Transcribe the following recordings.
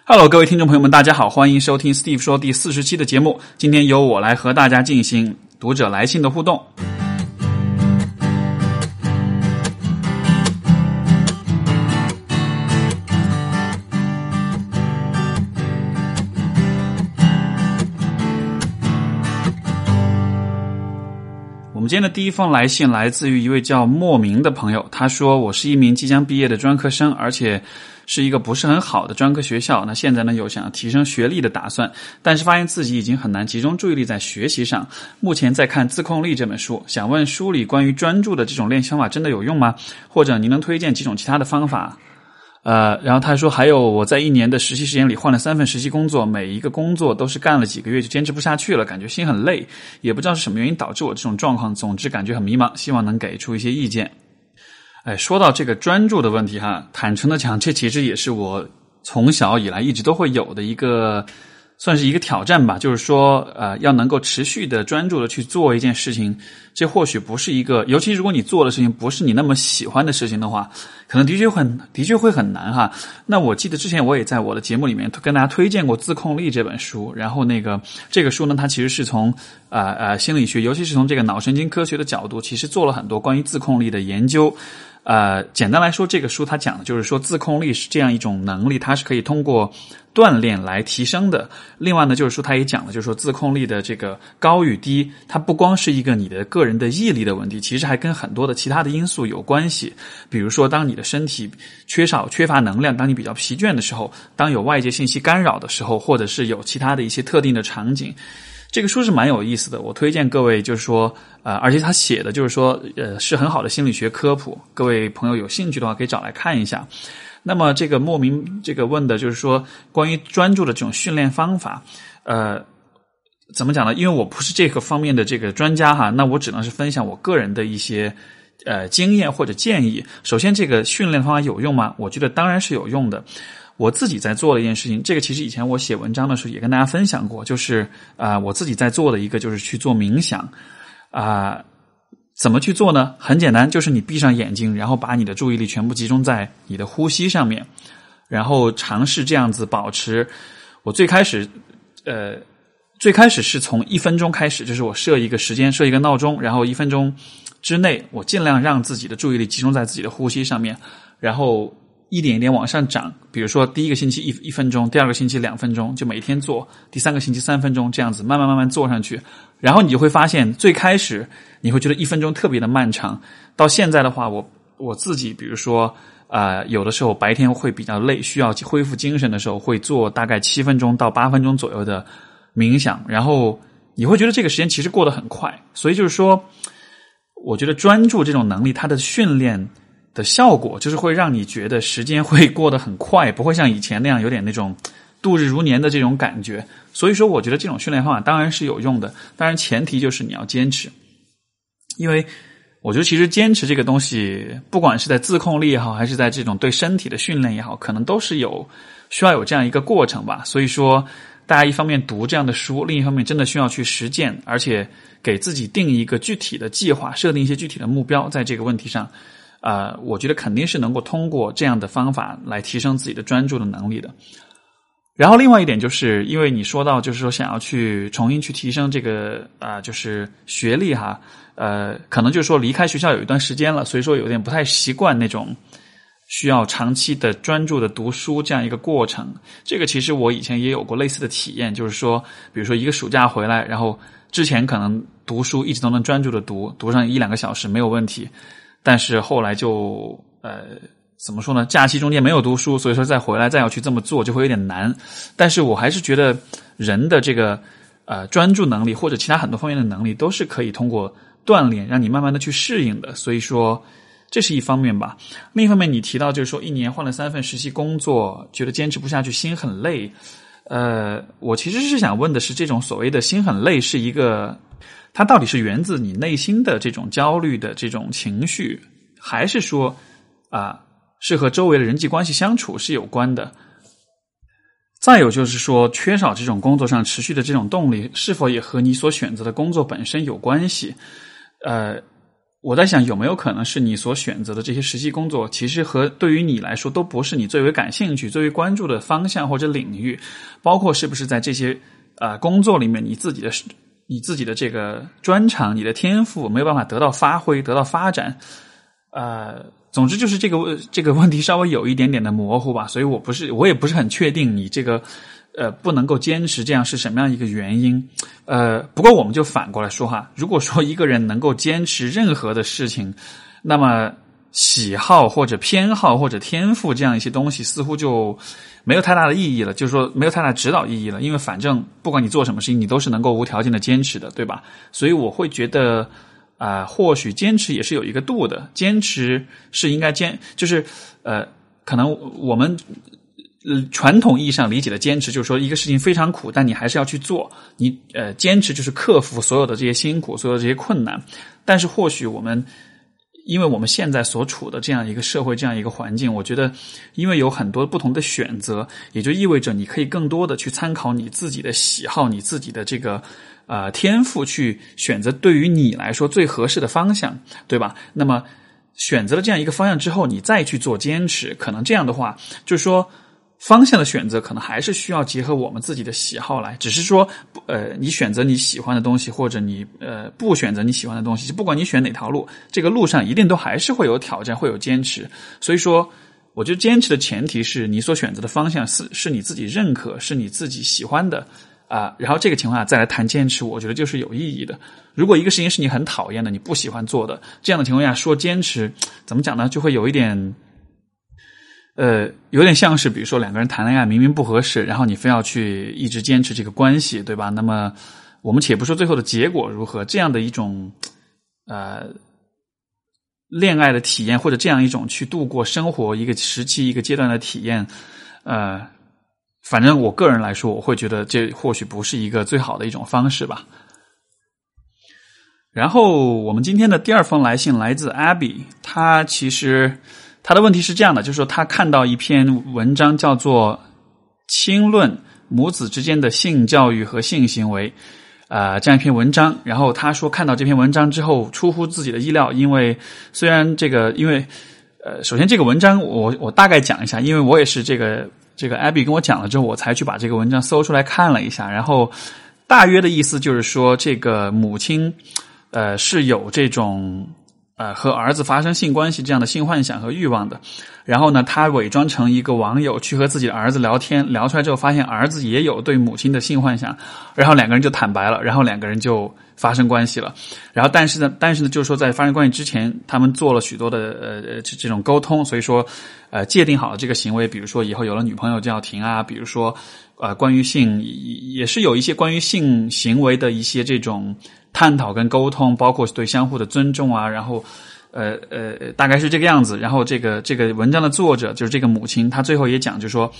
Hello， 各位听众朋友们，大家好，欢迎收听 Steve 说第40期的节目。今天由我来和大家进行读者来信的互动。我们今天的第一封来信来自于一位叫莫名的朋友，他说我是一名即将毕业的专科生，而且是一个不是很好的专科学校，那现在呢有想要提升学历的打算，但是发现自己已经很难集中注意力在学习上。目前在看《自控力》这本书，想问书里关于专注的这种练习方法真的有用吗？或者您能推荐几种其他的方法？然后他说还有我在1年的实习时间里换了3份实习工作，每一个工作都是干了几个月就坚持不下去了，感觉心很累，也不知道是什么原因导致我这种状况，总之感觉很迷茫，希望能给出一些意见。说到这个专注的问题哈，坦诚的讲，这其实也是我从小以来一直都会有的一个，算是一个挑战吧，就是说要能够持续的专注的去做一件事情，这或许不是一个，尤其如果你做的事情不是你那么喜欢的事情的话，可能的确会很难哈。那我记得之前我也在我的节目里面跟大家推荐过《自控力》这本书，然后这个书呢，它其实是从心理学，尤其是从这个脑神经科学的角度，其实做了很多关于自控力的研究。简单来说，这个书它讲的就是说自控力是这样一种能力，它是可以通过锻炼来提升的。另外呢，就是说它也讲了，就是说自控力的这个高与低，它不光是一个你的个人的毅力的问题，其实还跟很多的其他的因素有关系。比如说，当你的身体缺乏能量，当你比较疲倦的时候，当有外界信息干扰的时候，或者是有其他的一些特定的场景。这个书是蛮有意思的，我推荐各位就是说而且他写的就是说是很好的心理学科普，各位朋友有兴趣的话可以找来看一下。那么这个莫名这个问的就是说关于专注的这种训练方法，怎么讲呢？因为我不是这个方面的这个专家哈，那我只能是分享我个人的一些经验或者建议。首先，这个训练方法有用吗？我觉得当然是有用的。我自己在做的一件事情，这个其实以前我写文章的时候也跟大家分享过，就是我自己在做的一个就是去做冥想。怎么去做呢？很简单，就是你闭上眼睛，然后把你的注意力全部集中在你的呼吸上面，然后尝试这样子保持。我最开始是从1分钟开始，就是我设一个时间，设一个闹钟，然后1分钟之内我尽量让自己的注意力集中在自己的呼吸上面，然后一点一点往上涨，比如说第一个星期1分钟，第二个星期2分钟，就每天做，第3个星期3分钟，这样子慢慢做上去。然后你就会发现，最开始你会觉得1分钟特别的漫长，到现在的话，我自己比如说有的时候白天会比较累，需要恢复精神的时候，会做大概7分钟到8分钟左右的冥想，然后你会觉得这个时间其实过得很快。所以就是说，我觉得专注这种能力，它的训练的效果就是会让你觉得时间会过得很快，不会像以前那样有点那种度日如年的这种感觉。所以说我觉得这种训练方法当然是有用的，当然前提就是你要坚持。因为我觉得其实坚持这个东西，不管是在自控力也好，还是在这种对身体的训练也好，可能都是需要有这样一个过程吧。所以说大家一方面读这样的书，另一方面真的需要去实践，而且给自己定一个具体的计划，设定一些具体的目标，在这个问题上我觉得肯定是能够通过这样的方法来提升自己的专注的能力的。然后另外一点就是因为你说到就是说想要去重新去提升这个就是学历哈，可能就是说离开学校有一段时间了，所以说有点不太习惯那种需要长期的专注的读书这样一个过程。这个其实我以前也有过类似的体验，就是说比如说一个暑假回来，然后之前可能读书一直都能专注的读上1-2个小时没有问题，但是后来就怎么说呢？假期中间没有读书，所以说再回来再要去这么做就会有点难。但是我还是觉得人的这个专注能力或者其他很多方面的能力都是可以通过锻炼让你慢慢的去适应的。所以说这是一方面吧。另一方面你提到就是说1年换了3份实习工作，觉得坚持不下去，心很累。我其实是想问的是，这种所谓的心很累是一个，它到底是源自你内心的这种焦虑的这种情绪，还是说是和周围的人际关系相处是有关的？再有就是说，缺少这种工作上持续的这种动力，是否也和你所选择的工作本身有关系？ 我在想有没有可能是你所选择的这些实习工作其实和对于你来说都不是你最为感兴趣最为关注的方向或者领域，包括是不是在这些工作里面你自己的这个专长你的天赋没有办法得到发挥得到发展。总之就是这个问题稍微有一点点的模糊吧，所以我也不是很确定你这个不能够坚持这样是什么样一个原因。不过我们就反过来说哈，如果说一个人能够坚持任何的事情，那么喜好或者偏好或者天赋这样一些东西似乎就没有太大的意义了，就是说没有太大指导意义了，因为反正不管你做什么事情你都是能够无条件的坚持的，对吧？所以我会觉得或许坚持也是有一个度的，坚持是应该就是可能我们传统意义上理解的坚持就是说一个事情非常苦但你还是要去做，你坚持就是克服所有的这些辛苦所有的这些困难。但是或许因为我们现在所处的这样一个社会这样一个环境，我觉得因为有很多不同的选择，也就意味着你可以更多的去参考你自己的喜好你自己的这个天赋去选择对于你来说最合适的方向，对吧？那么选择了这样一个方向之后你再去做坚持，可能这样的话就是说方向的选择可能还是需要结合我们自己的喜好来，只是说你选择你喜欢的东西或者你不选择你喜欢的东西，不管你选哪条路，这个路上一定都还是会有挑战会有坚持。所以说我觉得坚持的前提是你所选择的方向是你自己认可是你自己喜欢的然后这个情况下再来谈坚持，我觉得就是有意义的。如果一个事情是你很讨厌的你不喜欢做的，这样的情况下说坚持怎么讲呢，就会有点像是比如说两个人谈恋爱明明不合适，然后你非要去一直坚持这个关系，对吧？那么我们且不说最后的结果如何，这样的一种恋爱的体验或者这样一种去度过生活一个时期一个阶段的体验反正我个人来说我会觉得这或许不是一个最好的一种方式吧。然后我们今天的第二封来信来自 Abby， 他的问题是这样的，就是说他看到一篇文章叫做轻论母子之间的性教育和性行为这样一篇文章，然后他说看到这篇文章之后出乎自己的意料，因为首先这个文章我大概讲一下，因为我也是这个 Abby 跟我讲了之后我才去把这个文章搜出来看了一下，然后大约的意思就是说这个母亲是有这种和儿子发生性关系这样的性幻想和欲望的，然后呢他伪装成一个网友去和自己的儿子聊天，聊出来之后发现儿子也有对母亲的性幻想，然后两个人就坦白了，然后两个人就发生关系了。然后但是呢就是说在发生关系之前他们做了许多的这种沟通，所以说界定好了这个行为，比如说以后有了女朋友就要停比如说关于性也是有一些关于性行为的一些这种探讨跟沟通，包括对相互的尊重然后大概是这个样子。然后这个文章的作者就是这个母亲，她最后也讲就是说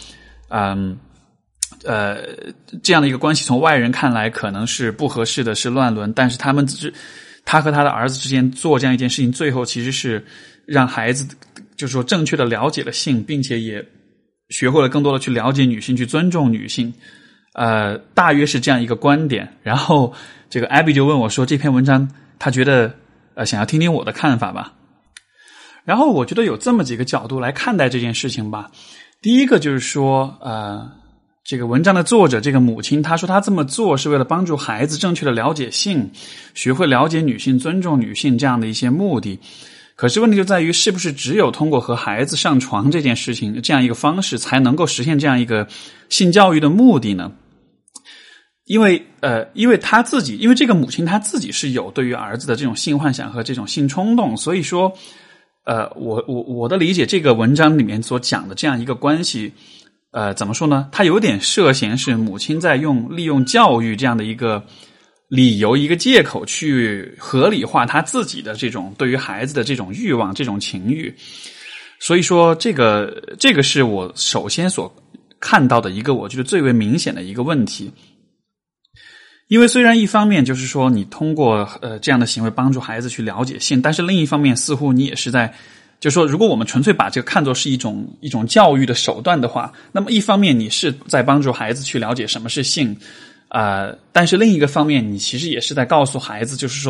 这样的一个关系从外人看来可能是不合适的是乱伦，但是他和他的儿子之间做这样一件事情最后其实是让孩子就是说正确的了解了性，并且也学会了更多的去了解女性去尊重女性大约是这样一个观点。然后这个 Abby 就问我说这篇文章他觉得想要听听我的看法吧。然后我觉得有这么几个角度来看待这件事情吧。第一个就是说这个文章的作者这个母亲她说她这么做是为了帮助孩子正确的了解性，学会了解女性尊重女性这样的一些目的。可是问题就在于是不是只有通过和孩子上床这件事情这样一个方式才能够实现这样一个性教育的目的呢？因为他自己，因为这个母亲她自己是有对于儿子的这种性幻想和这种性冲动，所以说我的理解这个文章里面所讲的这样一个关系怎么说呢，它有点涉嫌是母亲在利用教育这样的一个理由一个借口去合理化他自己的这种对于孩子的这种欲望这种情欲。所以说这个是我首先所看到的一个我觉得最为明显的一个问题。因为虽然一方面就是说你通过这样的行为帮助孩子去了解性，但是另一方面似乎你也是在就是说如果我们纯粹把这个看作是一种教育的手段的话，那么一方面你是在帮助孩子去了解什么是性但是另一个方面你其实也是在告诉孩子就是说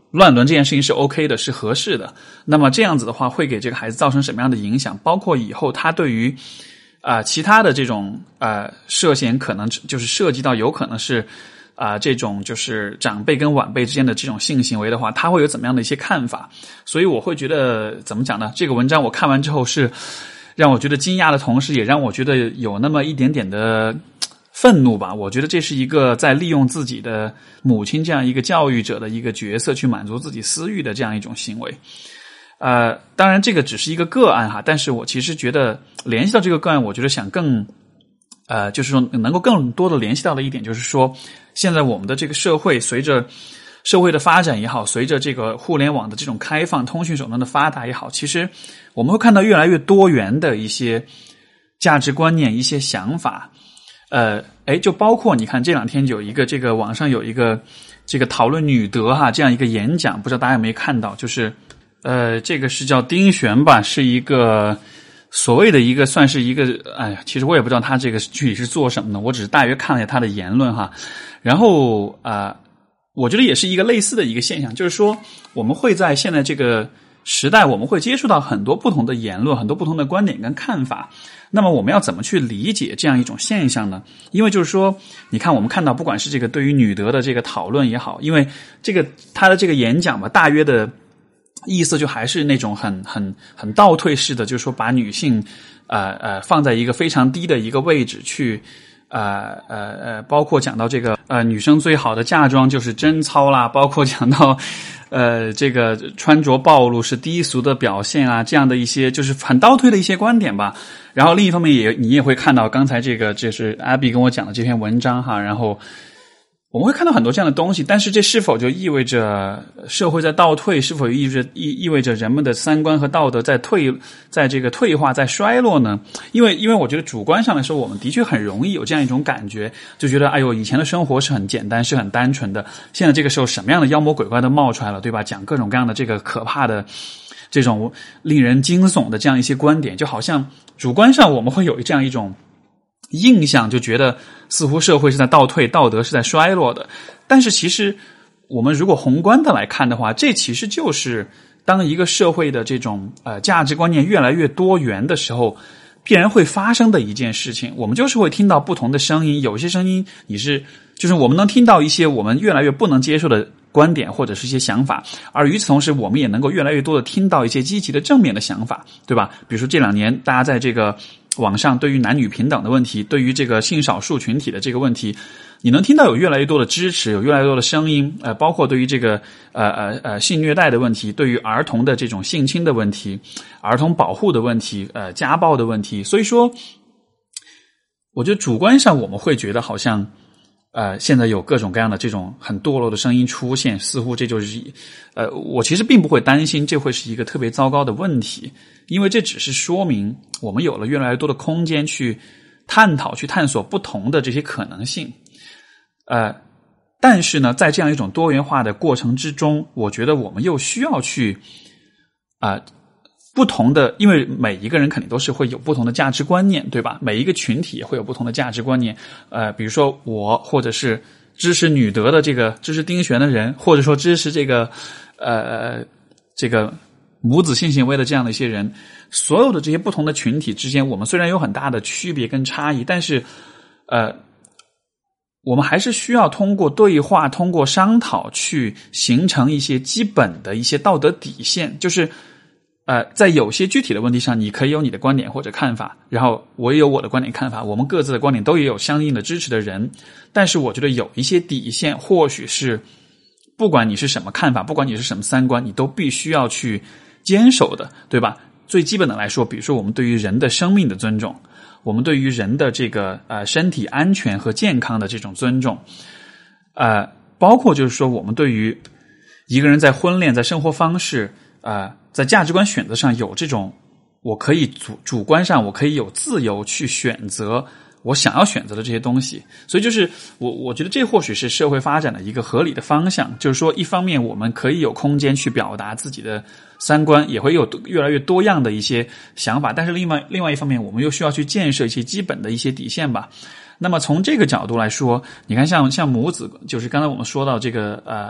乱伦这件事情是 OK 的，是合适的。那么这样子的话，会给这个孩子造成什么样的影响？包括以后他对于其他的这种涉嫌可能就是涉及到有可能是这种就是长辈跟晚辈之间的这种性行为的话，他会有怎么样的一些看法？所以我会觉得怎么讲呢？这个文章我看完之后是让我觉得惊讶的同时，也让我觉得有那么一点点的愤怒吧。我觉得这是一个在利用自己的母亲这样一个教育者的一个角色去满足自己私欲的这样一种行为。当然这个只是一个个案哈，但是我其实觉得联系到这个个案，我觉得想更就是说能够更多的联系到的一点就是说，现在我们的这个社会随着社会的发展也好，随着这个互联网的这种开放，通讯手段的发达也好，其实我们会看到越来越多元的一些价值观念、一些想法。就包括你看这两天有一个这个网上有一个这个讨论女德哈这样一个演讲，不知道大家有没有看到？就是这个是叫丁璇吧，是一个所谓的一个算是一个其实我也不知道他这个具体是做什么的，我只是大约看了一下他的言论哈。然后我觉得也是一个类似的一个现象，就是说我们会在现在这个时代，我们会接触到很多不同的言论，很多不同的观点跟看法。那么我们要怎么去理解这样一种现象呢？因为就是说，你看我们看到不管是这个对于女德的这个讨论也好，因为这个他的这个演讲吧，大约的意思就还是那种很倒退式的，就是说把女性放在一个非常低的一个位置去包括讲到这个女生最好的嫁妆就是贞操啦，包括讲到这个穿着暴露是低俗的表现啊，这样的一些就是很倒退的一些观点吧。然后另一方面你也会看到刚才这个就是阿比跟我讲的这篇文章哈，然后我们会看到很多这样的东西，但是这是否就意味着社会在倒退？是否意味着人们的三观和道德在这个退化，在衰落呢？因为我觉得主观上来说，我们的确很容易有这样一种感觉，就觉得哎呦，以前的生活是很简单，是很单纯的，现在这个时候什么样的妖魔鬼怪都冒出来了，对吧？讲各种各样的这个可怕的这种令人惊悚的这样一些观点，就好像主观上我们会有这样一种印象，就觉得似乎社会是在倒退，道德是在衰落的。但是其实我们如果宏观的来看的话，这其实就是当一个社会的这种价值观念越来越多元的时候，必然会发生的一件事情。我们就是会听到不同的声音，有些声音就是我们能听到一些我们越来越不能接受的观点或者是一些想法，而与此同时我们也能够越来越多的听到一些积极的正面的想法，对吧？比如说这两年大家在这个网上对于男女平等的问题，对于这个性少数群体的这个问题，你能听到有越来越多的支持，有越来越多的声音，包括对于这个性虐待的问题，对于儿童的这种性侵的问题，儿童保护的问题，家暴的问题。所以说我觉得主观上我们会觉得好像现在有各种各样的这种很堕落的声音出现，似乎这就是我其实并不会担心这会是一个特别糟糕的问题，因为这只是说明我们有了越来越多的空间去探讨去探索不同的这些可能性。但是呢在这样一种多元化的过程之中，我觉得我们又需要去不同的，因为每一个人肯定都是会有不同的价值观念，对吧？每一个群体也会有不同的价值观念。比如说我，或者是支持女德的这个支持丁璇的人，或者说支持这个母子性行为的这样的一些人，所有的这些不同的群体之间，我们虽然有很大的区别跟差异，但是我们还是需要通过对话，通过商讨去形成一些基本的一些道德底线，就是在有些具体的问题上，你可以有你的观点或者看法，然后我也有我的观点看法，我们各自的观点都也有相应的支持的人。但是我觉得有一些底线，或许是不管你是什么看法，不管你是什么三观，你都必须要去坚守的，对吧？最基本的来说，比如说我们对于人的生命的尊重，我们对于人的这个身体安全和健康的这种尊重，包括就是说我们对于一个人在婚恋，在生活方式在价值观选择上有这种，我可以主观上我可以有自由去选择我想要选择的这些东西。所以就是我觉得这或许是社会发展的一个合理的方向，就是说一方面我们可以有空间去表达自己的三观，也会有越来越多样的一些想法，但是另外一方面我们又需要去建设一些基本的一些底线吧。那么从这个角度来说，你看像母子，就是刚才我们说到这个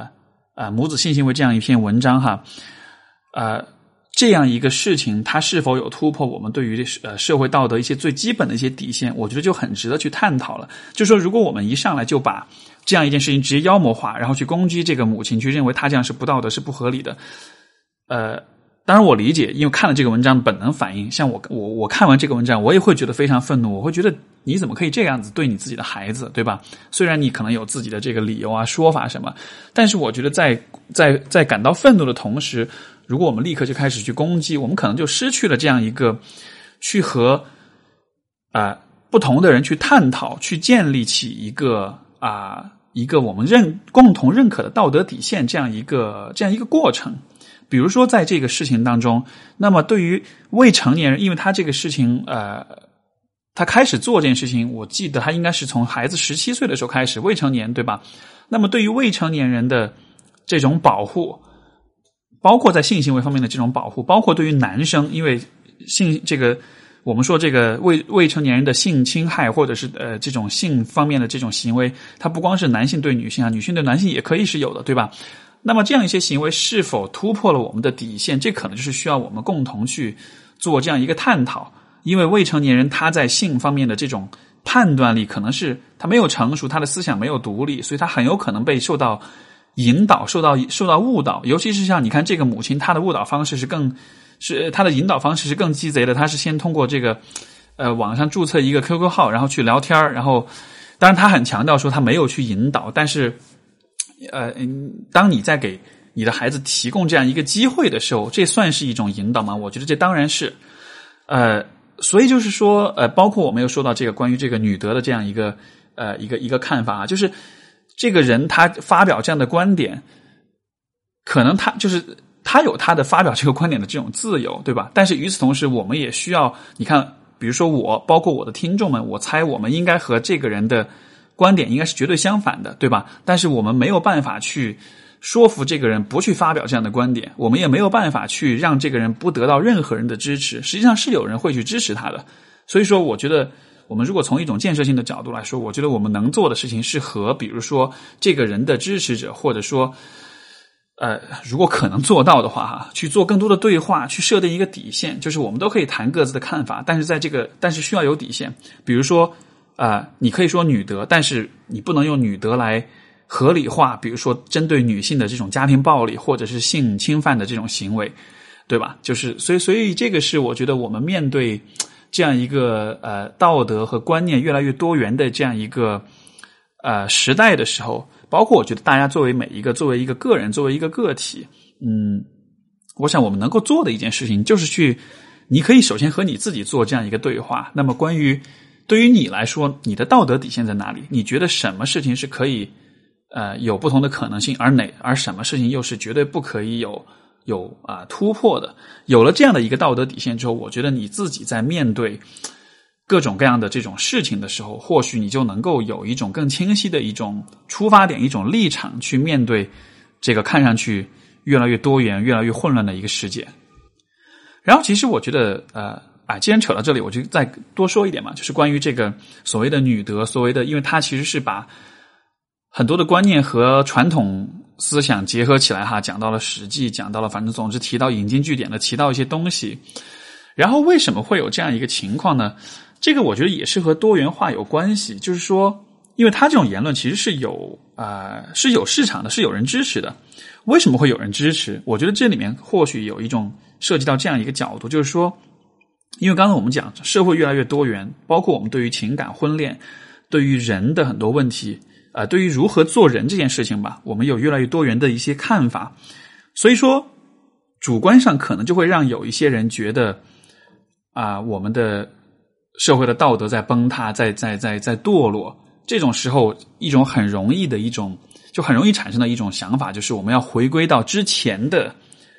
母子性行为这样一篇文章哈，这样一个事情它是否有突破我们对于社会道德一些最基本的一些底线，我觉得就很值得去探讨了。就是说如果我们一上来就把这样一件事情直接妖魔化，然后去攻击这个母亲，去认为她这样是不道德是不合理的，当然我理解，因为看了这个文章的本能反应，像我看完这个文章我也会觉得非常愤怒，我会觉得你怎么可以这样子对你自己的孩子，对吧？虽然你可能有自己的这个理由啊说法什么，但是我觉得在感到愤怒的同时，如果我们立刻就开始去攻击，我们可能就失去了这样一个去和不同的人去探讨，去建立起一个我们共同认可的道德底线这样一个过程。比如说在这个事情当中，那么对于未成年人，因为他这个事情他开始做这件事情，我记得他应该是从孩子17岁的时候开始，未成年对吧？那么对于未成年人的这种保护，包括在性行为方面的这种保护，包括对于男生，因为我们说这个未成年人的性侵害或者是这种性方面的这种行为，它不光是男性对女性女性对男性也可以是有的，对吧？那么这样一些行为是否突破了我们的底线，这可能就是需要我们共同去做这样一个探讨。因为未成年人他在性方面的这种判断力可能是他没有成熟，他的思想没有独立，所以他很有可能被受到引导，受到误导。尤其是像你看这个母亲，她的误导方式她的引导方式是更鸡贼的，她是先通过这个网上注册一个 QQ 号，然后去聊天，然后当然她很强调说她没有去引导，但是当你在给你的孩子提供这样一个机会的时候，这算是一种引导吗？我觉得这当然是。所以就是说包括我们又说到这个关于这个女德的这样一个看法，就是这个人他发表这样的观点，可能他有他的发表这个观点的这种自由，对吧？但是与此同时，我们也需要你看，比如说包括我的听众们，我猜我们应该和这个人的观点应该是绝对相反的，对吧？但是我们没有办法去说服这个人不去发表这样的观点，我们也没有办法去让这个人不得到任何人的支持，实际上是有人会去支持他的。所以说我觉得我们如果从一种建设性的角度来说，我觉得我们能做的事情是和比如说这个人的支持者，或者说如果可能做到的话去做更多的对话，去设定一个底线，就是我们都可以谈各自的看法，但是需要有底线。比如说你可以说女德，但是你不能用女德来合理化比如说针对女性的这种家庭暴力或者是性侵犯的这种行为，对吧？就是所以这个是我觉得我们面对这样一个道德和观念越来越多元的这样一个时代的时候，包括我觉得大家作为一个个人，作为一个个体，我想我们能够做的一件事情就是你可以首先和你自己做这样一个对话。那么对于你来说，你的道德底线在哪里？你觉得什么事情是可以有不同的可能性，而什么事情又是绝对不可以有突破的？有了这样的一个道德底线之后，我觉得你自己在面对各种各样的这种事情的时候，或许你就能够有一种更清晰的一种出发点，一种立场去面对这个看上去越来越多元、越来越混乱的一个世界。然后其实我觉得既然扯到这里，我就再多说一点嘛，就是关于这个所谓的女德，因为它其实是把很多的观念和传统思想结合起来讲到了史记，讲到了反正总之提到引经据典的提到一些东西。然后为什么会有这样一个情况呢？这个我觉得也是和多元化有关系，就是说因为他这种言论其实是有市场的，是有人支持的。为什么会有人支持？我觉得这里面或许有一种涉及到这样一个角度，就是说因为刚才我们讲社会越来越多元，包括我们对于情感婚恋，对于人的很多问题对于如何做人这件事情吧，我们有越来越多元的一些看法。所以说主观上可能就会让有一些人觉得我们的社会的道德在崩塌，在堕落。这种时候一种很容易产生的一种想法，就是我们要回归到之前的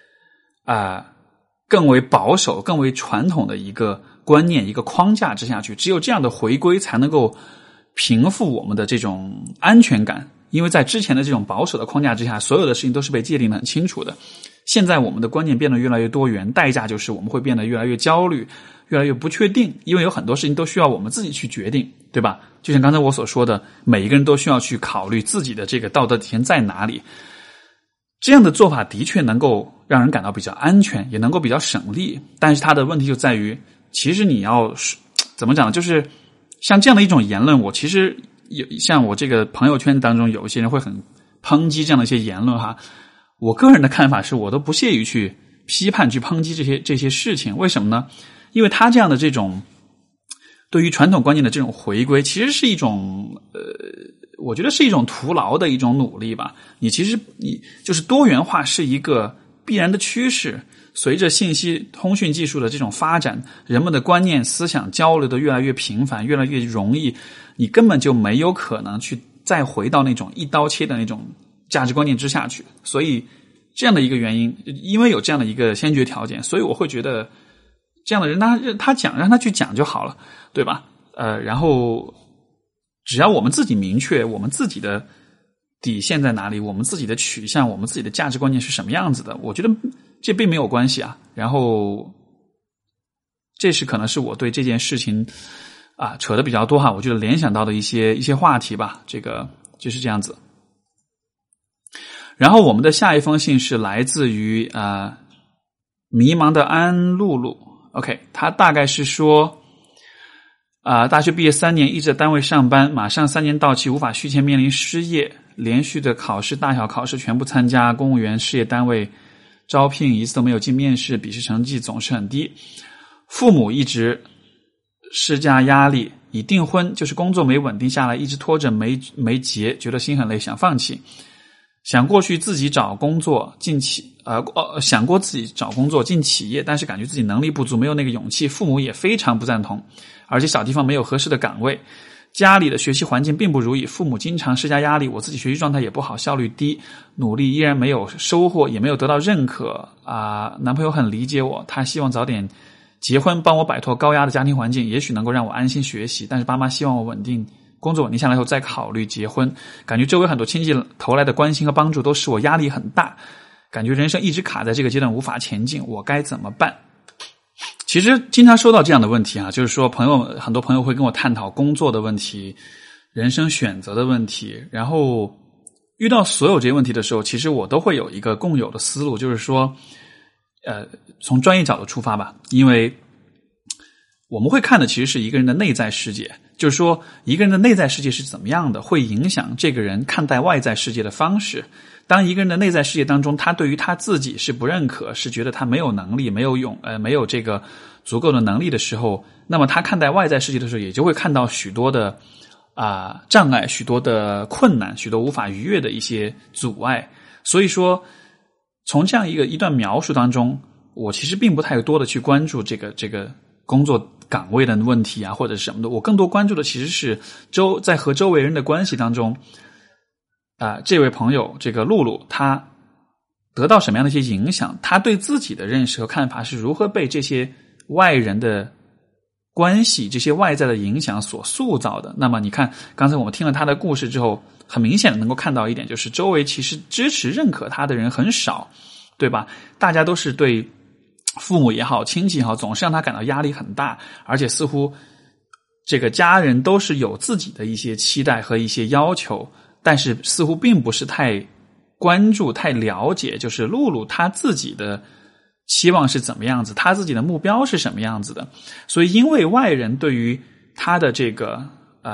更为保守更为传统的一个观念一个框架之下去，只有这样的回归才能够平复我们的这种安全感。因为在之前的这种保守的框架之下，所有的事情都是被界定得很清楚的。现在我们的观念变得越来越多元，代价就是我们会变得越来越焦虑，越来越不确定，因为有很多事情都需要我们自己去决定，对吧？就像刚才我所说的，每一个人都需要去考虑自己的这个道德底线在哪里。 这样的做法的确能够让人感到比较安全，也能够比较省力，但是它的问题就在于，其实你要怎么讲呢？就是像这样的一种言论，我其实像我这个朋友圈当中有一些人会很抨击这样的一些言论哈。我个人的看法是，我都不屑于去批判、去抨击这些事情。为什么呢？因为他这样的这种对于传统观念的这种回归，其实是一种我觉得是一种徒劳的一种努力吧。你就是多元化是一个必然的趋势，随着信息通讯技术的这种发展，人们的观念思想交流的越来越频繁，越来越容易，你根本就没有可能去再回到那种一刀切的那种价值观念之下去。所以这样的一个原因，因为有这样的一个先决条件，所以我会觉得这样的人他讲，让他去讲就好了，对吧？然后只要我们自己明确我们自己的底线在哪里，我们自己的取向，我们自己的价值观念是什么样子的，我觉得这并没有关系啊。然后这是可能是我对这件事情扯得比较多哈，我觉得联想到的一些话题吧，这个就是这样子。然后我们的下一封信是来自于迷茫的安露露。OK， 他大概是说大学毕业3年一直在单位上班，马上3年到期无法续签，面临失业，连续的考试，大小考试全部参加，公务员事业单位招聘一次都没有进面试，笔试成绩总是很低，父母一直施加压力，已订婚，就是工作没稳定下来，一直拖着没结，觉得心很累，想放弃。想过自己找工作进企业，但是感觉自己能力不足，没有那个勇气，父母也非常不赞同，而且小地方没有合适的岗位，家里的学习环境并不如意，父母经常施加压力，我自己学习状态也不好，效率低，努力依然没有收获，也没有得到认可男朋友很理解我，他希望早点结婚，帮我摆脱高压的家庭环境，也许能够让我安心学习，但是爸妈希望我工作稳定下来后再考虑结婚，感觉周围很多亲戚投来的关心和帮助都使我压力很大，感觉人生一直卡在这个阶段无法前进，我该怎么办？其实经常收到这样的问题就是说很多朋友会跟我探讨工作的问题，人生选择的问题，然后遇到所有这些问题的时候，其实我都会有一个共有的思路，就是说从专业角度出发吧，因为我们会看的其实是一个人的内在世界，就是说一个人的内在世界是怎么样的，会影响这个人看待外在世界的方式。当一个人的内在世界当中，他对于他自己是不认可，是觉得他没有能力，没有这个足够的能力的时候，那么他看待外在世界的时候，也就会看到许多的障碍，许多的困难，许多无法逾越的一些阻碍。所以说从这样一段描述当中，我其实并不太多的去关注这个工作岗位的问题或者是什么的，我更多关注的其实是在和周围人的关系当中这位朋友这个露露她得到什么样的一些影响，她对自己的认识和看法是如何被这些外人的关系，这些外在的影响所塑造的。那么你看刚才我们听了她的故事之后，很明显的能够看到一点，就是周围其实支持认可她的人很少，对吧？大家都是对父母也好，亲戚也好，总是让他感到压力很大，而且似乎这个家人都是有自己的一些期待和一些要求，但是似乎并不是太关注、太了解，就是露露她自己的期望是怎么样子，她自己的目标是什么样子的。所以因为外人对于她的这个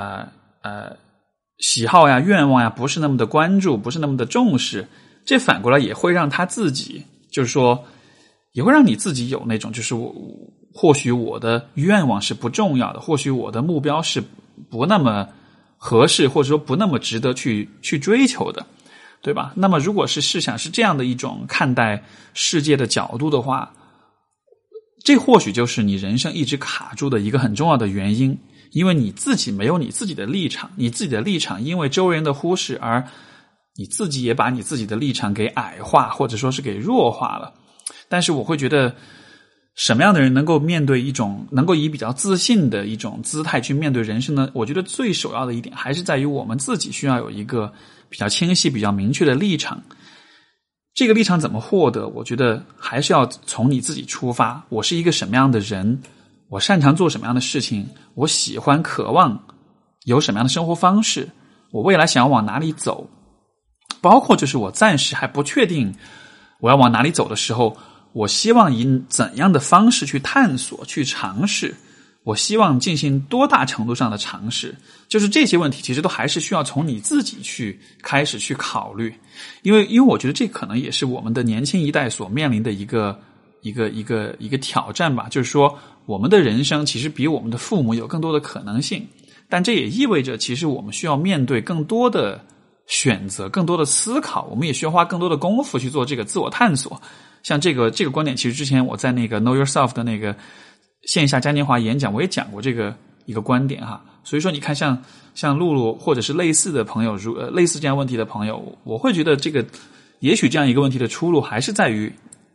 喜好愿望不是那么的关注，不是那么的重视，这反过来也会让她自己，就是说也会让你自己有那种，就是或许我的愿望是不重要的，或许我的目标是不那么合适，或者说不那么值得去追求的，对吧？那么如果是试想是这样的一种看待世界的角度的话，这或许就是你人生一直卡住的一个很重要的原因，因为你自己没有你自己的立场，你自己的立场因为周围人的忽视，而你自己也把你自己的立场给矮化，或者说是给弱化了。但是我会觉得什么样的人能够以比较自信的一种姿态去面对人生呢？我觉得最首要的一点还是在于我们自己需要有一个比较清晰、比较明确的立场。这个立场怎么获得？我觉得还是要从你自己出发。我是一个什么样的人？我擅长做什么样的事情？我喜欢、渴望有什么样的生活方式？我未来想要往哪里走？ 包括就是我暂时还不确定我要往哪里走的时候，我希望以怎样的方式去探索去尝试，我希望进行多大程度上的尝试，就是这些问题其实都还是需要从你自己去开始去考虑。因为我觉得这可能也是我们的年轻一代所面临的一个挑战吧，就是说我们的人生其实比我们的父母有更多的可能性，但这也意味着其实我们需要面对更多的选择，更多的思考，我们也需要花更多的功夫去做这个自我探索。像这个观点，其实之前我在那个 Know Yourself 的那个线下嘉年华演讲，我也讲过这个一个观点哈。所以说你看像露露或者是类似的朋友，类似这样问题的朋友，我会觉得这个也许这样一个问题的出路还是在于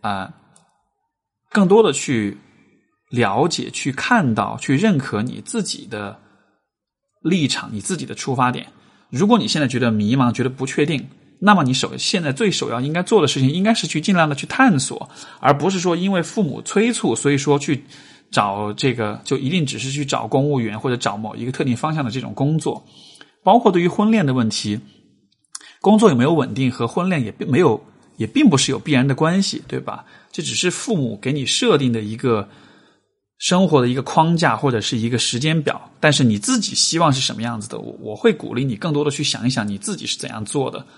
更多的去了解、去看到、去认可你自己的立场、你自己的出发点。如果你现在觉得迷茫、觉得不确定，那么你现在最首要应该做的事情应该是去尽量的去探索，而不是说因为父母催促，所以说去找这个就一定只是去找公务员或者找某一个特定方向的这种工作。包括对于婚恋的问题，工作有没有稳定和婚恋也并不是有必然的关系，对吧？这只是父母给你设定的一个生活的一个框架或者是一个时间表，但是你自己希望是什么样子的，我会鼓励你更多的去想一想你自己是怎样做的。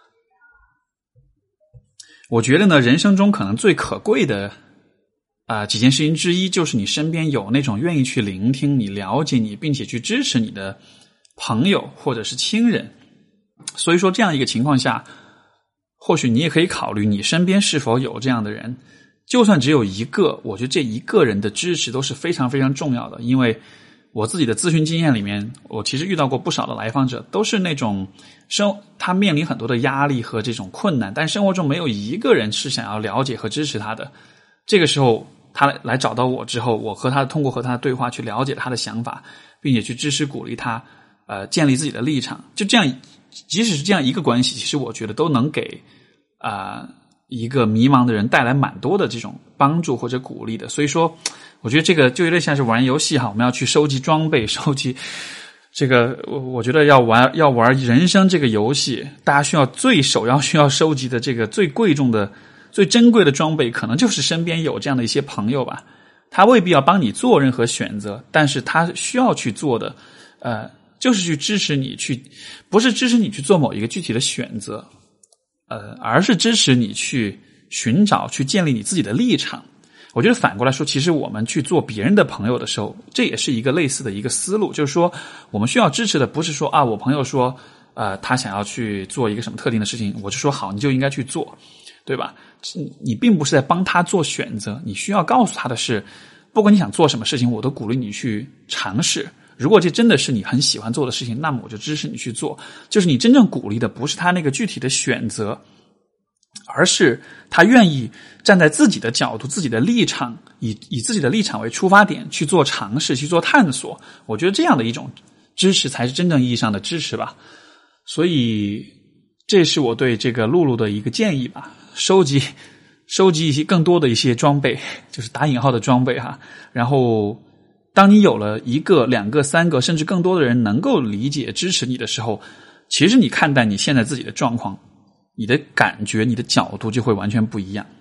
我觉得呢，人生中可能最可贵的几件事情之一，就是你身边有那种愿意去聆听你、了解你并且去支持你的朋友或者是亲人。所以说这样一个情况下，或许你也可以考虑你身边是否有这样的人，就算只有一个，我觉得这一个人的支持都是非常非常重要的。因为我自己的咨询经验里面，我其实遇到过不少的来访者，都是那种他面临很多的压力和这种困难，但生活中没有一个人是想要了解和支持他的。这个时候他来找到我之后，我通过和他的对话去了解他的想法，并且去支持鼓励他建立自己的立场。就这样，即使是这样一个关系，其实我觉得都能给一个迷茫的人带来蛮多的这种帮助或者鼓励的。所以说我觉得这个就有点像是玩游戏哈，我们要去收集装备，收集这个，我觉得要玩人生这个游戏，大家首要需要收集的这个最贵重的最珍贵的装备，可能就是身边有这样的一些朋友吧。他未必要帮你做任何选择，但是他需要去做的就是去支持你不是支持你去做某一个具体的选择，而是支持你去寻找、去建立你自己的立场。我觉得反过来说，其实我们去做别人的朋友的时候，这也是一个类似的一个思路，就是说我们需要支持的不是说我朋友说他想要去做一个什么特定的事情，我就说好，你就应该去做，对吧？你并不是在帮他做选择，你需要告诉他的是，不管你想做什么事情，我都鼓励你去尝试。如果这真的是你很喜欢做的事情，那么我就支持你去做。就是你真正鼓励的不是他那个具体的选择，而是他愿意站在自己的角度、自己的立场，以自己的立场为出发点去做尝试、去做探索。我觉得这样的一种支持才是真正意义上的支持吧。所以这是我对这个露露的一个建议吧，收集一些更多的一些装备，就是打引号的装备哈。然后当你有了一个、两个、三个，甚至更多的人能够理解、支持你的时候，其实你看待你现在自己的状况，你的感觉、你的角度就会完全不一样。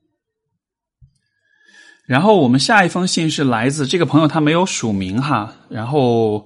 然后我们下一封信是来自这个朋友，他没有署名哈，然后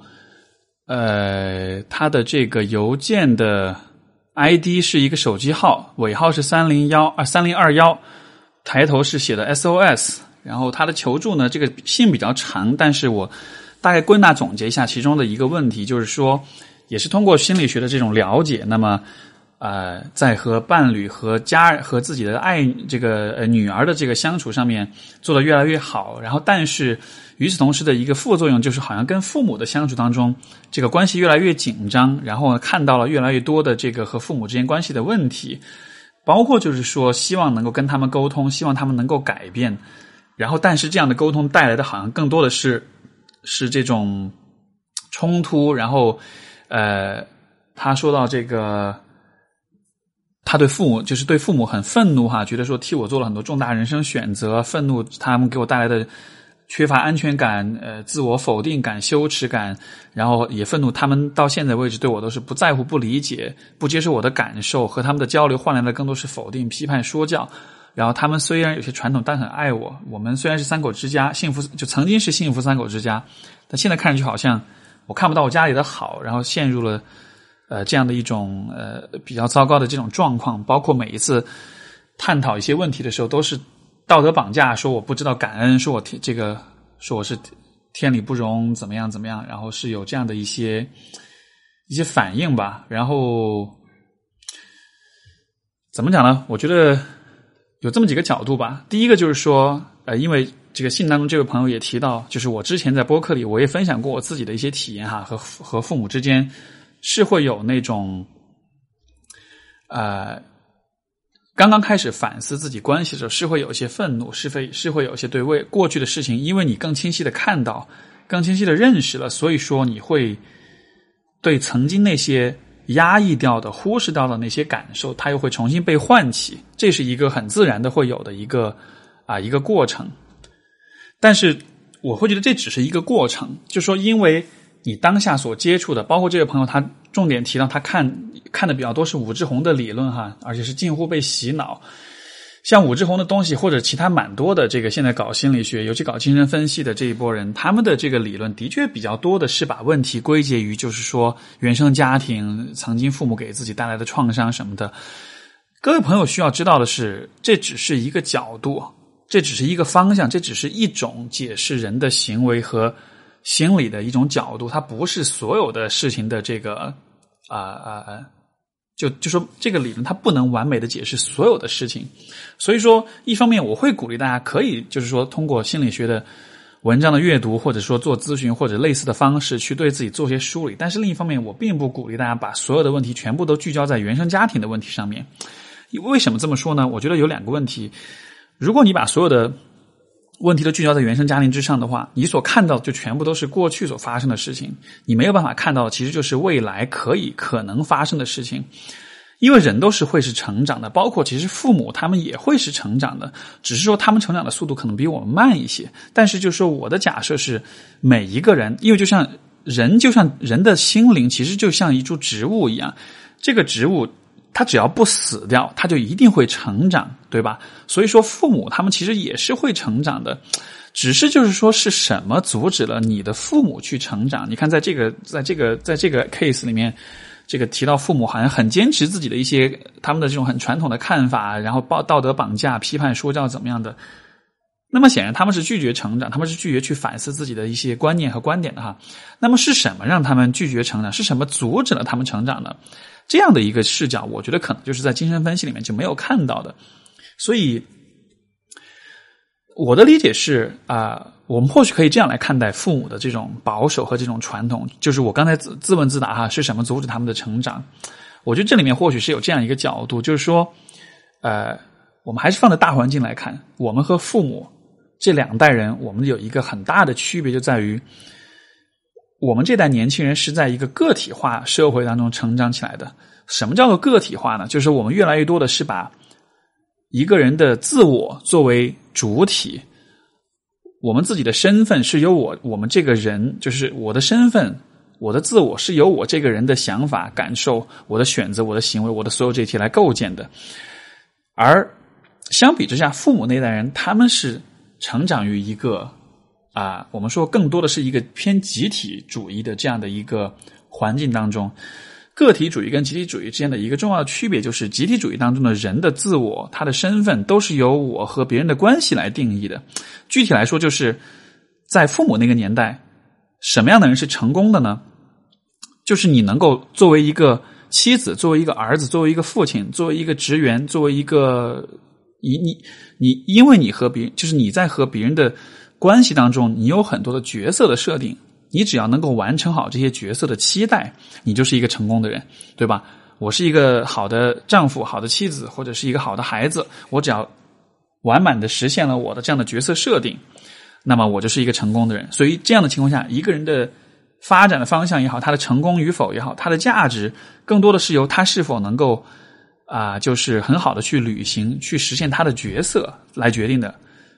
他的这个邮件的 ID 是一个手机号，尾号是3021，抬头是写的 SOS。然后他的求助呢，这个信比较长，但是我大概归纳总结一下其中的一个问题，就是说也是通过心理学的这种了解，那么在和伴侣和家人和自己的女儿的这个相处上面做得越来越好，然后但是与此同时的一个副作用就是好像跟父母的相处当中这个关系越来越紧张，然后看到了越来越多的这个和父母之间关系的问题，包括就是说希望能够跟他们沟通，希望他们能够改变，然后但是这样的沟通带来的好像更多的是这种冲突。然后他说到这个他对父母很愤怒哈，觉得说替我做了很多重大人生选择，愤怒他们给我带来的缺乏安全感，自我否定感、羞耻感，然后也愤怒。他们到现在为止对我都是不在乎、不理解、不接受我的感受，和他们的交流换来的更多是否定、批判、说教。然后他们虽然有些传统，但很爱我。我们虽然是3口之家，就曾经是幸福3口之家，但现在看上去好像我看不到我家里的好，然后陷入了这样的一种比较糟糕的这种状况。包括每一次探讨一些问题的时候，都是道德绑架，说我不知道感恩，说我是天理不容，怎么样怎么样，然后是有这样的一些反应吧。然后怎么讲呢？我觉得有这么几个角度吧。第一个就是说，因为这个信当中这位朋友也提到，就是我之前在播客里我也分享过我自己的一些体验哈，和父母之间是会有那种刚刚开始反思自己关系的时候，是会有一些愤怒，是会有一些对过去的事情，因为你更清晰的看到，更清晰的认识了，所以说你会对曾经那些压抑掉的、忽视掉的那些感受，它又会重新被唤起，这是一个很自然的会有的一个过程。但是我会觉得这只是一个过程，就是说因为你当下所接触的，包括这个朋友他重点提到他看的比较多是武志红的理论哈，而且是近乎被洗脑。像武志红的东西或者其他蛮多的这个现在搞心理学，尤其搞精神分析的这一波人，他们的这个理论的确比较多的是把问题归结于就是说原生家庭曾经父母给自己带来的创伤什么的。各位朋友需要知道的是，这只是一个角度，这只是一个方向，这只是一种解释人的行为和心理的一种角度，它不是所有的事情的这个就说这个理论它不能完美的解释所有的事情。所以说一方面我会鼓励大家可以就是说通过心理学的文章的阅读，或者说做咨询或者类似的方式去对自己做些梳理，但是另一方面我并不鼓励大家把所有的问题全部都聚焦在原生家庭的问题上面。为什么这么说呢？我觉得有2个问题。如果你把所有的问题都聚焦在原生家庭之上的话，你所看到的就全部都是过去所发生的事情，你没有办法看到的其实就是未来可能发生的事情。因为人都是会是成长的，包括其实父母他们也会是成长的，只是说他们成长的速度可能比我们慢一些。但是就是说我的假设是每一个人，因为就像人的心灵其实就像一株植物一样，这个植物它只要不死掉，它就一定会成长，对吧？所以说父母他们其实也是会成长的，只是就是说是什么阻止了你的父母去成长。你看在这个 case 里面，这个提到父母好像很坚持自己的一些他们的这种很传统的看法，然后道德绑架、批判说教怎么样的。那么显然他们是拒绝成长，他们是拒绝去反思自己的一些观念和观点的哈。那么是什么让他们拒绝成长？是什么阻止了他们成长呢？这样的一个视角，我觉得可能就是在精神分析里面就没有看到的。所以我的理解是我们或许可以这样来看待父母的这种保守和这种传统，就是我刚才自问自答哈，是什么阻止他们的成长？我觉得这里面或许是有这样一个角度，就是说我们还是放在大环境来看，我们和父母这2代人，我们有一个很大的区别，就在于我们这代年轻人是在一个个体化社会当中成长起来的。什么叫做个体化呢？就是我们越来越多的是把一个人的自我作为主体，我们自己的身份是由我们这个人，就是我的身份，我的自我是由我这个人的想法、感受、我的选择、我的行为、我的所有这些来构建的。而相比之下，父母那代人他们是成长于一个我们说更多的是一个偏集体主义的这样的一个环境当中。个体主义跟集体主义之间的一个重要的区别，就是集体主义当中的人的自我，他的身份都是由我和别人的关系来定义的。具体来说，就是在父母那个年代，什么样的人是成功的呢？就是你能够作为一个妻子，作为一个儿子，作为一个父亲，作为一个职员，作为一个你因为你和别人，就是你在和别人的关系当中，你有很多的角色的设定，你只要能够完成好这些角色的期待，你就是一个成功的人，对吧？我是一个好的丈夫、好的妻子，或者是一个好的孩子，我只要完满的实现了我的这样的角色设定，那么我就是一个成功的人。所以这样的情况下，一个人的发展的方向也好，他的成功与否也好，他的价值更多的是由他是否能够就是很好的去履行、去实现他的角色来决定的。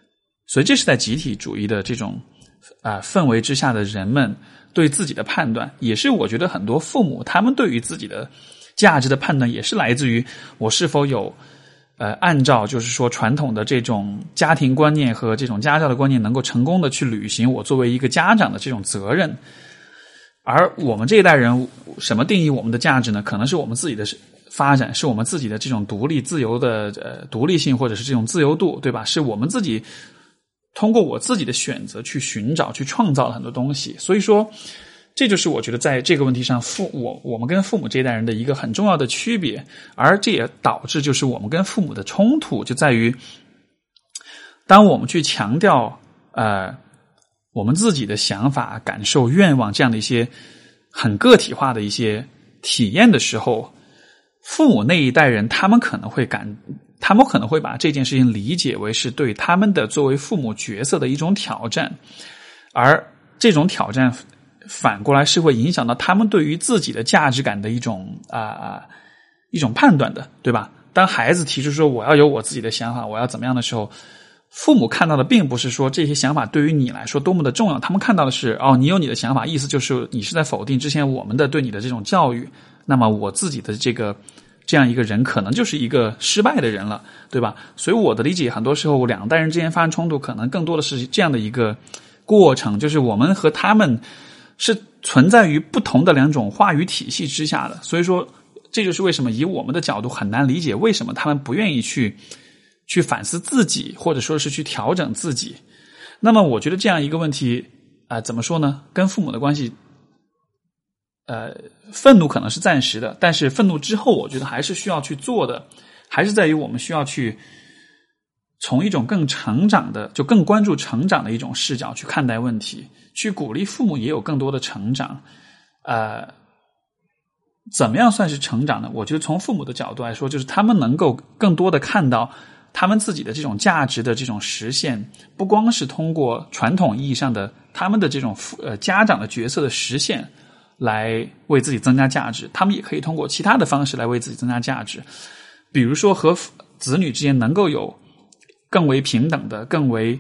所以这是在集体主义的这种氛围之下的人们对自己的判断，也是我觉得很多父母他们对于自己的价值的判断也是来自于我是否有按照就是说传统的这种家庭观念和这种家教的观念能够成功的去履行我作为一个家长的这种责任。而我们这一代人什么定义我们的价值呢？可能是我们自己的发展，是我们自己的这种独立自由的独立性，或者是这种自由度，对吧？是我们自己通过我自己的选择去寻找去创造了很多东西。所以说这就是我觉得在这个问题上我们跟父母这一代人的一个很重要的区别，而这也导致就是我们跟父母的冲突就在于当我们去强调我们自己的想法感受愿望这样的一些很个体化的一些体验的时候，父母那一代人他们可能会把这件事情理解为是对他们的作为父母角色的一种挑战，而这种挑战反过来是会影响到他们对于自己的价值感的一种判断的，对吧？当孩子提出说我要有我自己的想法，我要怎么样的时候，父母看到的并不是说这些想法对于你来说多么的重要，他们看到的是你有你的想法，意思就是你是在否定之前我们的对你的这种教育，那么我自己的这样一个人可能就是一个失败的人了，对吧？所以我的理解很多时候两代人之间发生冲突可能更多的是这样的一个过程，就是我们和他们是存在于不同的两种话语体系之下的。所以说这就是为什么以我们的角度很难理解为什么他们不愿意去反思自己，或者说是去调整自己。那么我觉得这样一个问题怎么说呢？跟父母的关系愤怒可能是暂时的，但是愤怒之后我觉得还是需要去做的，还是在于我们需要去从一种更成长的就更关注成长的一种视角去看待问题，去鼓励父母也有更多的成长。怎么样算是成长呢？我觉得从父母的角度来说，就是他们能够更多的看到他们自己的这种价值的这种实现，不光是通过传统意义上的他们的这种家长的角色的实现来为自己增加价值，他们也可以通过其他的方式来为自己增加价值。比如说和子女之间能够有更为平等的更为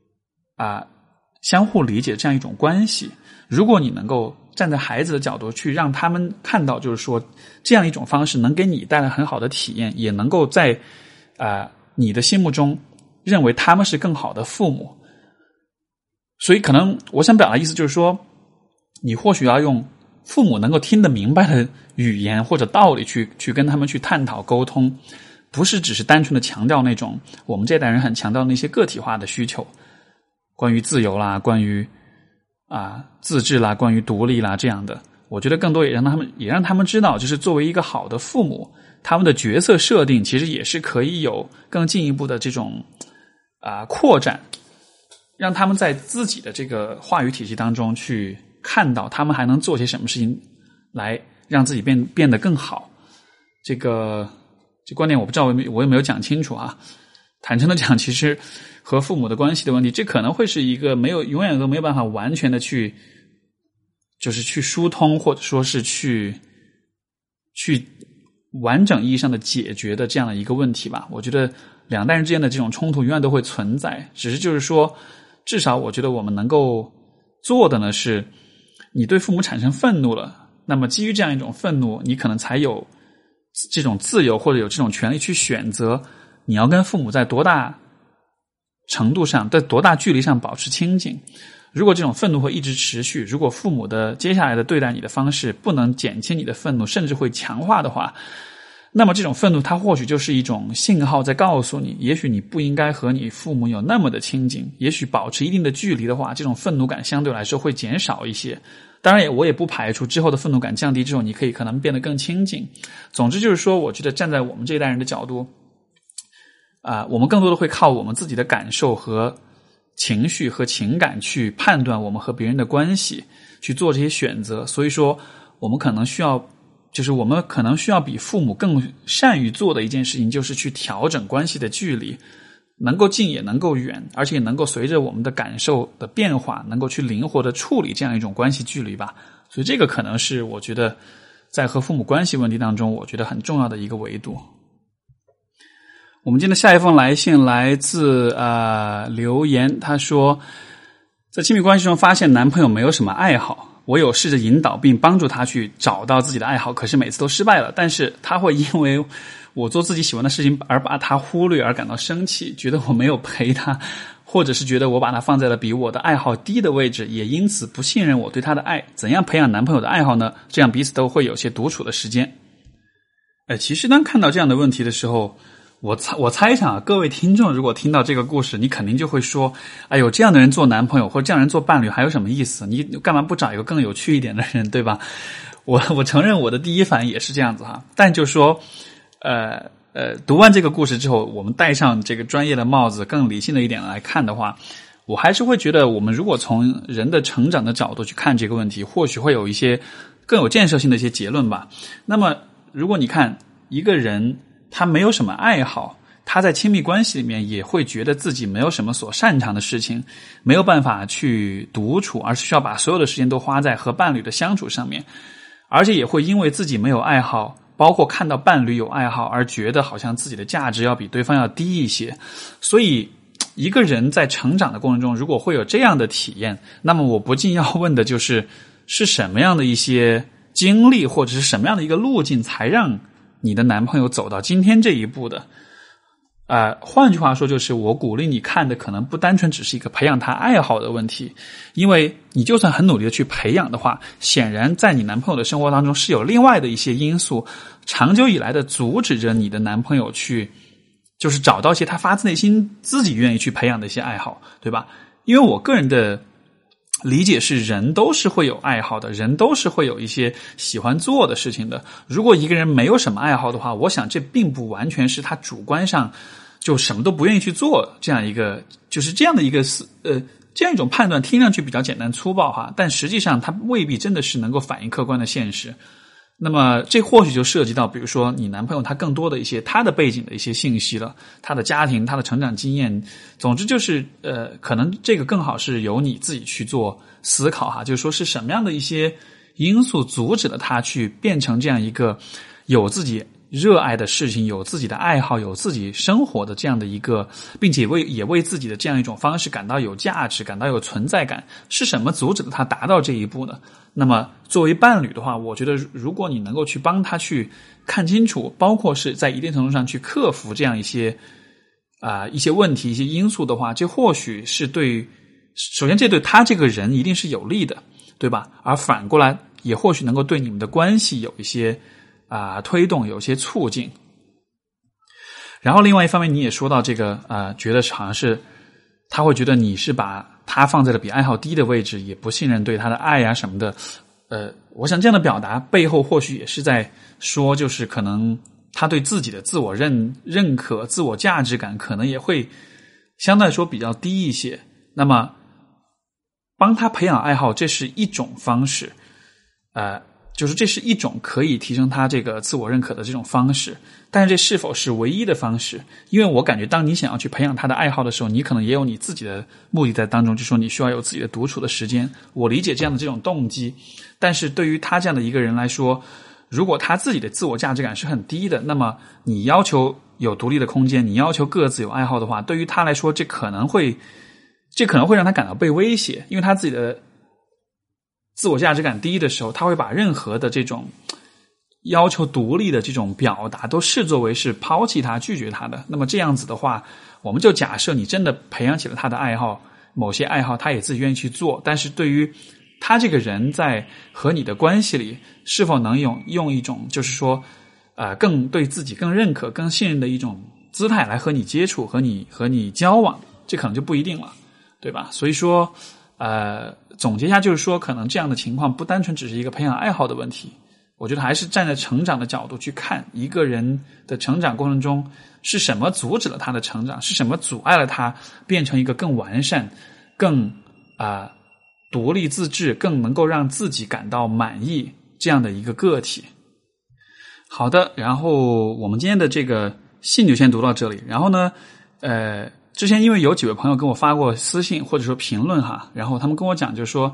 相互理解这样一种关系。如果你能够站在孩子的角度去让他们看到，就是说这样一种方式能给你带来很好的体验，也能够在你的心目中认为他们是更好的父母。所以可能我想表达的意思就是说，你或许要用父母能够听得明白的语言或者道理去跟他们去探讨沟通，不是只是单纯的强调那种我们这代人很强调那些个体化的需求，关于自由啦，关于自治啦，关于独立啦这样的。我觉得更多也让他们知道，就是作为一个好的父母，他们的角色设定其实也是可以有更进一步的这种扩展，让他们在自己的这个话语体系当中去看到他们还能做些什么事情来让自己变得更好。这观点我不知道我有没有讲清楚啊。坦诚的讲，其实和父母的关系的问题，这可能会是一个永远都没有办法完全的去疏通，或者说是去完整意义上的解决的这样的一个问题吧。我觉得两代人之间的这种冲突永远都会存在，只是就是说至少我觉得我们能够做的呢是，你对父母产生愤怒了，那么基于这样一种愤怒，你可能才有这种自由或者有这种权利去选择你要跟父母在多大程度上，在多大距离上保持亲近。如果这种愤怒会一直持续，如果父母的接下来的对待你的方式不能减轻你的愤怒，甚至会强化的话，那么这种愤怒它或许就是一种信号在告诉你，也许你不应该和你父母有那么的亲近，也许保持一定的距离的话，这种愤怒感相对来说会减少一些。当然我也不排除之后的愤怒感降低之后，你可能变得更亲近。总之就是说，我觉得站在我们这一代人的角度我们更多的会靠我们自己的感受和情绪和情感去判断我们和别人的关系，去做这些选择。所以说我们可能需要比父母更善于做的一件事情，就是去调整关系的距离，能够近也能够远，而且能够随着我们的感受的变化，能够去灵活的处理这样一种关系距离吧。所以这个可能是我觉得在和父母关系问题当中，我觉得很重要的一个维度。 我们今天的下一封来信来自留言，他说在亲密关系中发现男朋友没有什么爱好，我有试着引导并帮助他去找到自己的爱好，可是每次都失败了，但是他会因为我做自己喜欢的事情而把他忽略而感到生气，觉得我没有陪他，或者是觉得我把他放在了比我的爱好低的位置，也因此不信任我对他的爱。怎样培养男朋友的爱好呢？这样彼此都会有些独处的时间。其实当看到这样的问题的时候，我猜想啊，各位听众如果听到这个故事，你肯定就会说，哎呦，这样的人做男朋友或者这样的人做伴侣还有什么意思？你干嘛不找一个更有趣一点的人，对吧？我承认我的第一反应也是这样子哈，但就说读完这个故事之后，我们戴上这个专业的帽子，更理性的一点来看的话，我还是会觉得我们如果从人的成长的角度去看这个问题，或许会有一些更有建设性的一些结论吧。那么如果你看一个人他没有什么爱好，他在亲密关系里面也会觉得自己没有什么所擅长的事情，没有办法去独处，而是需要把所有的时间都花在和伴侣的相处上面，而且也会因为自己没有爱好，包括看到伴侣有爱好而觉得好像自己的价值要比对方要低一些。所以一个人在成长的过程中如果会有这样的体验，那么我不禁要问的就是什么样的一些经历或者是什么样的一个路径才让你的男朋友走到今天这一步的。换句话说，就是我鼓励你看的可能不单纯只是一个培养他爱好的问题，因为你就算很努力的去培养的话，显然在你男朋友的生活当中是有另外的一些因素长久以来的阻止着你的男朋友去就是找到一些他发自内心自己愿意去培养的一些爱好，对吧？因为我个人的理解是，人都是会有爱好的，人都是会有一些喜欢做的事情的。如果一个人没有什么爱好的话，我想这并不完全是他主观上就什么都不愿意去做，这样一个就是这样的一个这样一种判断听上去比较简单粗暴哈，但实际上它未必真的是能够反映客观的现实。那么这或许就涉及到比如说你男朋友他更多的一些他的背景的一些信息了，他的家庭，他的成长经验，总之就是可能这个更好是由你自己去做思考哈，就是说是什么样的一些因素阻止了他去变成这样一个有自己热爱的事情，有自己的爱好，有自己生活的这样的一个，并且也为自己的这样一种方式感到有价值，感到有存在感，是什么阻止了他达到这一步呢？那么作为伴侣的话，我觉得如果你能够去帮他去看清楚，包括是在一定程度上去克服这样一些问题，一些因素的话，这或许是首先这对他这个人一定是有利的，对吧？而反过来也或许能够对你们的关系有一些推动，有些促进。然后另外一方面你也说到这个觉得好像是他会觉得你是把他放在了比爱好低的位置，也不信任对他的爱啊什么的。我想这样的表达背后或许也是在说，就是可能他对自己的自我认可、自我价值感可能也会相对来说比较低一些。那么帮他培养爱好，这是一种方式，就是这是一种可以提升他这个自我认可的这种方式，但是这是否是唯一的方式？因为我感觉当你想要去培养他的爱好的时候，你可能也有你自己的目的在当中，就说你需要有自己的独处的时间。我理解这样的这种动机，但是对于他这样的一个人来说，如果他自己的自我价值感是很低的，那么你要求有独立的空间，你要求各自有爱好的话，对于他来说这可能会让他感到被威胁，因为他自己的自我价值感低的时候，他会把任何的这种要求独立的这种表达都视作为是抛弃他、拒绝他的。那么这样子的话，我们就假设你真的培养起了他的爱好，某些爱好他也自己愿意去做，但是对于他这个人在和你的关系里是否能用一种就是说更对自己更认可、更信任的一种姿态来和你接触、和你交往，这可能就不一定了，对吧？所以说总结一下，就是说可能这样的情况不单纯只是一个培养爱好的问题，我觉得还是站在成长的角度去看一个人的成长过程中是什么阻止了他的成长，是什么阻碍了他变成一个更完善、更独立自治、更能够让自己感到满意这样的一个个体。好的，然后我们今天的这个信就先读到这里。然后呢之前因为有几位朋友跟我发过私信或者说评论哈，然后他们跟我讲就是说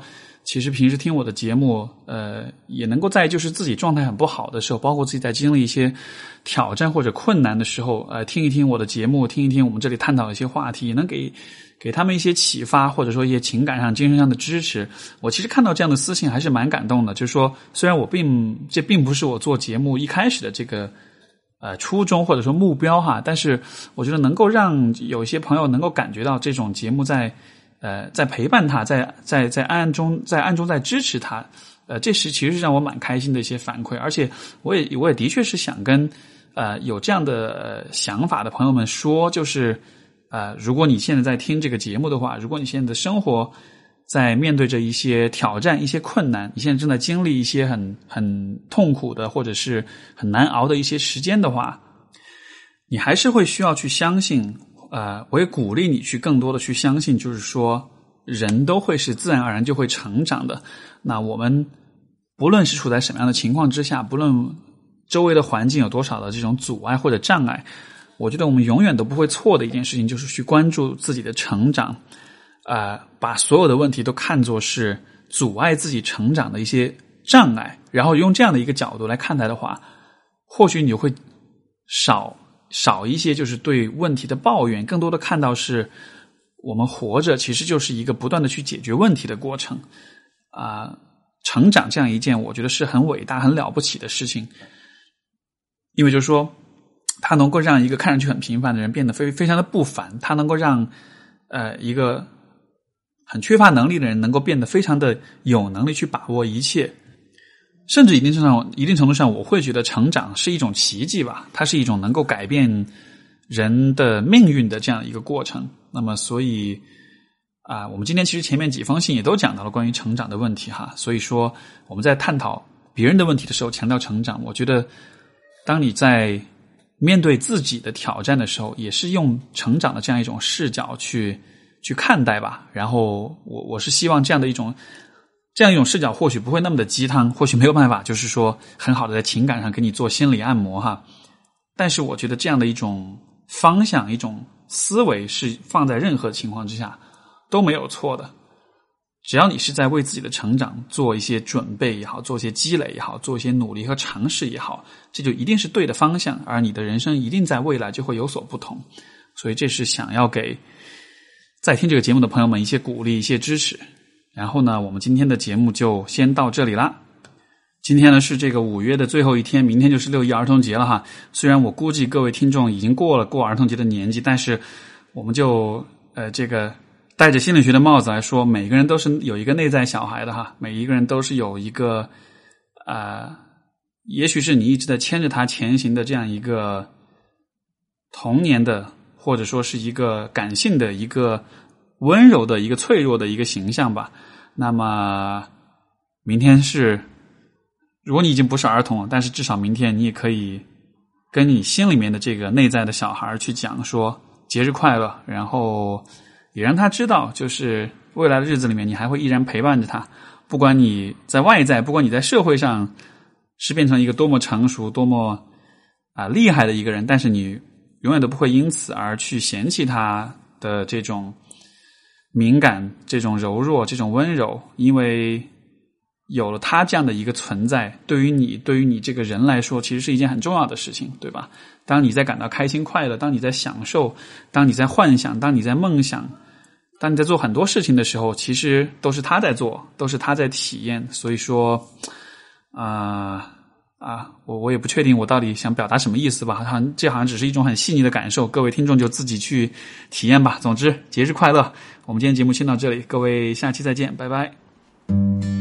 其实平时听我的节目，也能够在就是自己状态很不好的时候，包括自己在经历一些挑战或者困难的时候，听一听我的节目，听一听我们这里探讨的一些话题，能给他们一些启发，或者说一些情感上、精神上的支持。我其实看到这样的私信还是蛮感动的，就是说，虽然这并不是我做节目一开始的这个初衷或者说目标哈，但是我觉得能够让有一些朋友能够感觉到这种节目在陪伴他，在暗中在支持他，这其实是让我蛮开心的一些反馈，而且我也的确是想跟有这样的想法的朋友们说，就是如果你现在在听这个节目的话，如果你现在的生活在面对着一些挑战、一些困难，你现在正在经历一些很痛苦的或者是很难熬的一些时间的话，你还是会需要去相信。我也鼓励你去更多的去相信，就是说人都会是自然而然就会成长的。那我们不论是处在什么样的情况之下，不论周围的环境有多少的这种阻碍或者障碍，我觉得我们永远都不会错的一件事情就是去关注自己的成长，把所有的问题都看作是阻碍自己成长的一些障碍，然后用这样的一个角度来看待的话，或许你会少一些就是对问题的抱怨，更多的看到是我们活着其实就是一个不断的去解决问题的过程成长这样一件我觉得是很伟大很了不起的事情，因为就是说它能够让一个看上去很平凡的人变得非常的不凡，它能够让一个很缺乏能力的人能够变得非常的有能力去把握一切，甚至一定程度上我会觉得成长是一种奇迹吧，它是一种能够改变人的命运的这样一个过程。那么所以我们今天其实前面几封信也都讲到了关于成长的问题哈，所以说我们在探讨别人的问题的时候强调成长，我觉得当你在面对自己的挑战的时候，也是用成长的这样一种视角去看待吧。然后我是希望这样一种视角或许不会那么的鸡汤，或许没有办法就是说很好的在情感上给你做心理按摩哈，但是我觉得这样的一种方向一种思维是放在任何情况之下都没有错的，只要你是在为自己的成长做一些准备也好，做一些积累也好，做一些努力和尝试也好，这就一定是对的方向，而你的人生一定在未来就会有所不同。所以这是想要给在听这个节目的朋友们一些鼓励一些支持。然后呢，我们今天的节目就先到这里啦。今天呢是这个5月的最后一天，明天就是6·1儿童节了哈。虽然我估计各位听众已经过儿童节的年纪，但是我们就这个戴着心理学的帽子来说，每个人都是有一个内在小孩的哈，每一个人都是有一个也许是你一直在牵着他前行的这样一个童年的，或者说是一个感性的一个温柔的一个脆弱的一个形象吧。那么明天是如果你已经不是儿童了，但是至少明天你也可以跟你心里面的这个内在的小孩去讲说节日快乐，然后也让他知道就是未来的日子里面你还会依然陪伴着他，不管你在外在，不管你在社会上是变成一个多么成熟多么厉害的一个人，但是你永远都不会因此而去嫌弃他的这种敏感，这种柔弱，这种温柔，因为有了他这样的一个存在，对于你这个人来说其实是一件很重要的事情，对吧？当你在感到开心快乐，当你在享受，当你在幻想，当你在梦想，当你在做很多事情的时候，其实都是他在做，都是他在体验。所以说我也不确定我到底想表达什么意思吧，这好像只是一种很细腻的感受，各位听众就自己去体验吧。总之节日快乐，我们今天节目先到这里，各位下期再见，拜拜。